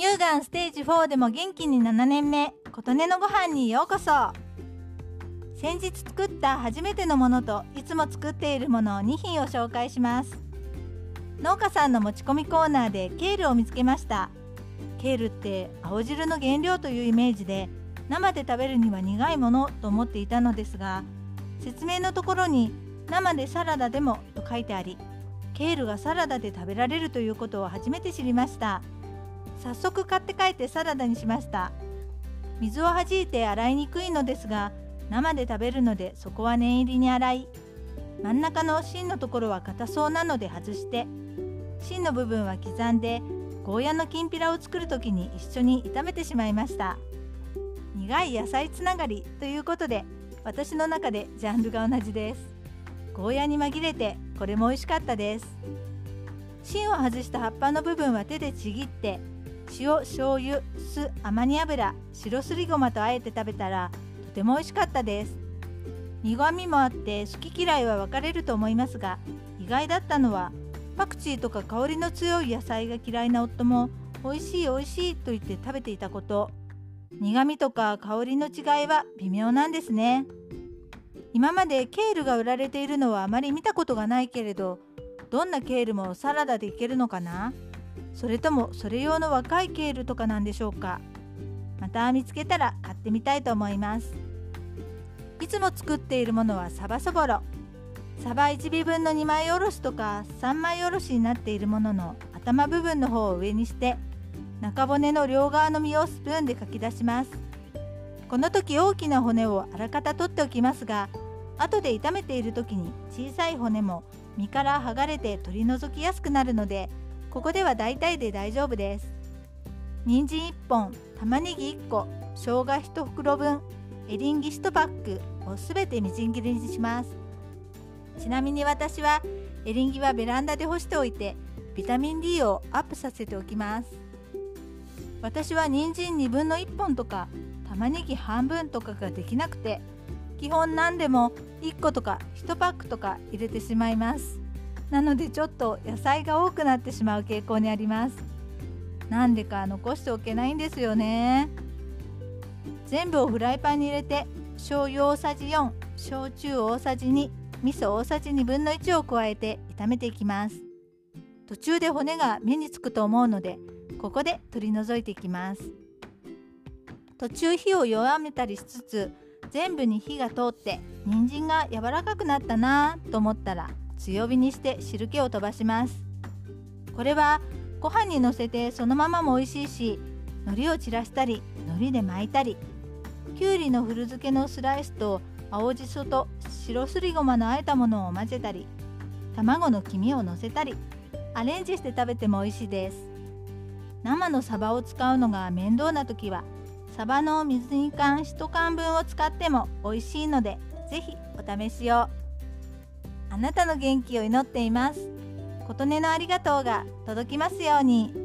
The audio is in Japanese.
乳がんステージ4でも元気に7年目、琴音のご飯にようこそ。先日作った初めてのものといつも作っているもの2品を紹介します。農家さんの持ち込みコーナーでケールを見つけました。ケールって青汁の原料というイメージで、生で食べるには苦いものと思っていたのですが、説明のところに生でサラダでもと書いてあり、ケールがサラダで食べられるということを初めて知りました。早速買って帰ってサラダにしました。水をはじいて洗いにくいのですが、生で食べるのでそこは念入りに洗い、真ん中の芯のところは硬そうなので外して、芯の部分は刻んでゴーヤのきんぴらを作る時に一緒に炒めてしまいました。苦い野菜つながりということで、私の中でジャンルが同じです。ゴーヤに紛れてこれも美味しかったです。芯を外した葉っぱの部分は手でちぎって、塩、醤油、酢、アマニ油、白すりごまとあえて食べたらとても美味しかったです。苦味もあって好き嫌いは分かれると思いますが、意外だったのはパクチーとか香りの強い野菜が嫌いな夫も美味しい美味しいと言って食べていたこと。苦味とか香りの違いは微妙なんですね。今までケールが売られているのはあまり見たことがないけれど、どんなケールもサラダでいけるのかな？それともそれ用の若いケールとかなんでしょうか。また見つけたら買ってみたいと思います。いつも作っているものはサバそぼろ。サバ1尾分の2枚おろしとか3枚おろしになっているものの頭部分の方を上にして、中骨の両側の身をスプーンでかき出します。この時大きな骨をあらかた取っておきますが、後で炒めている時に小さい骨も身から剥がれて取り除きやすくなるので、ここでは大体で大丈夫です。人参1本、玉ねぎ1個、生姜1袋分、エリンギ1パックをすべてみじん切りにします。ちなみに私はエリンギはベランダで干しておいて、ビタミン D をアップさせておきます。私は人参1分の1本とか玉ねぎ半分とかができなくて、基本何でも1個とか1パックとか入れてしまいます。なのでちょっと野菜が多くなってしまう傾向にあります。なんでか残しておけないんですよね。全部をフライパンに入れて、醤油大さじ4、焼酎大さじ2、味噌大さじ1/2の1を加えて炒めていきます。途中で骨が目につくと思うので、ここで取り除いていきます。途中火を弱めたりしつつ、全部に火が通って人参が柔らかくなったなと思ったら、強火にして汁気を飛ばします。これはご飯にのせてそのままも美味しいし、海苔を散らしたり海苔で巻いたり、きゅうりの古漬けのスライスと青じそと白すりごまの和えたものを混ぜたり、卵の黄身をのせたり、アレンジして食べても美味しいです。生のサバを使うのが面倒な時は、サバの水煮缶1缶分を使っても美味しいので、ぜひお試しを。あなたの元気を祈っています。琴音のありがとうが届きますように。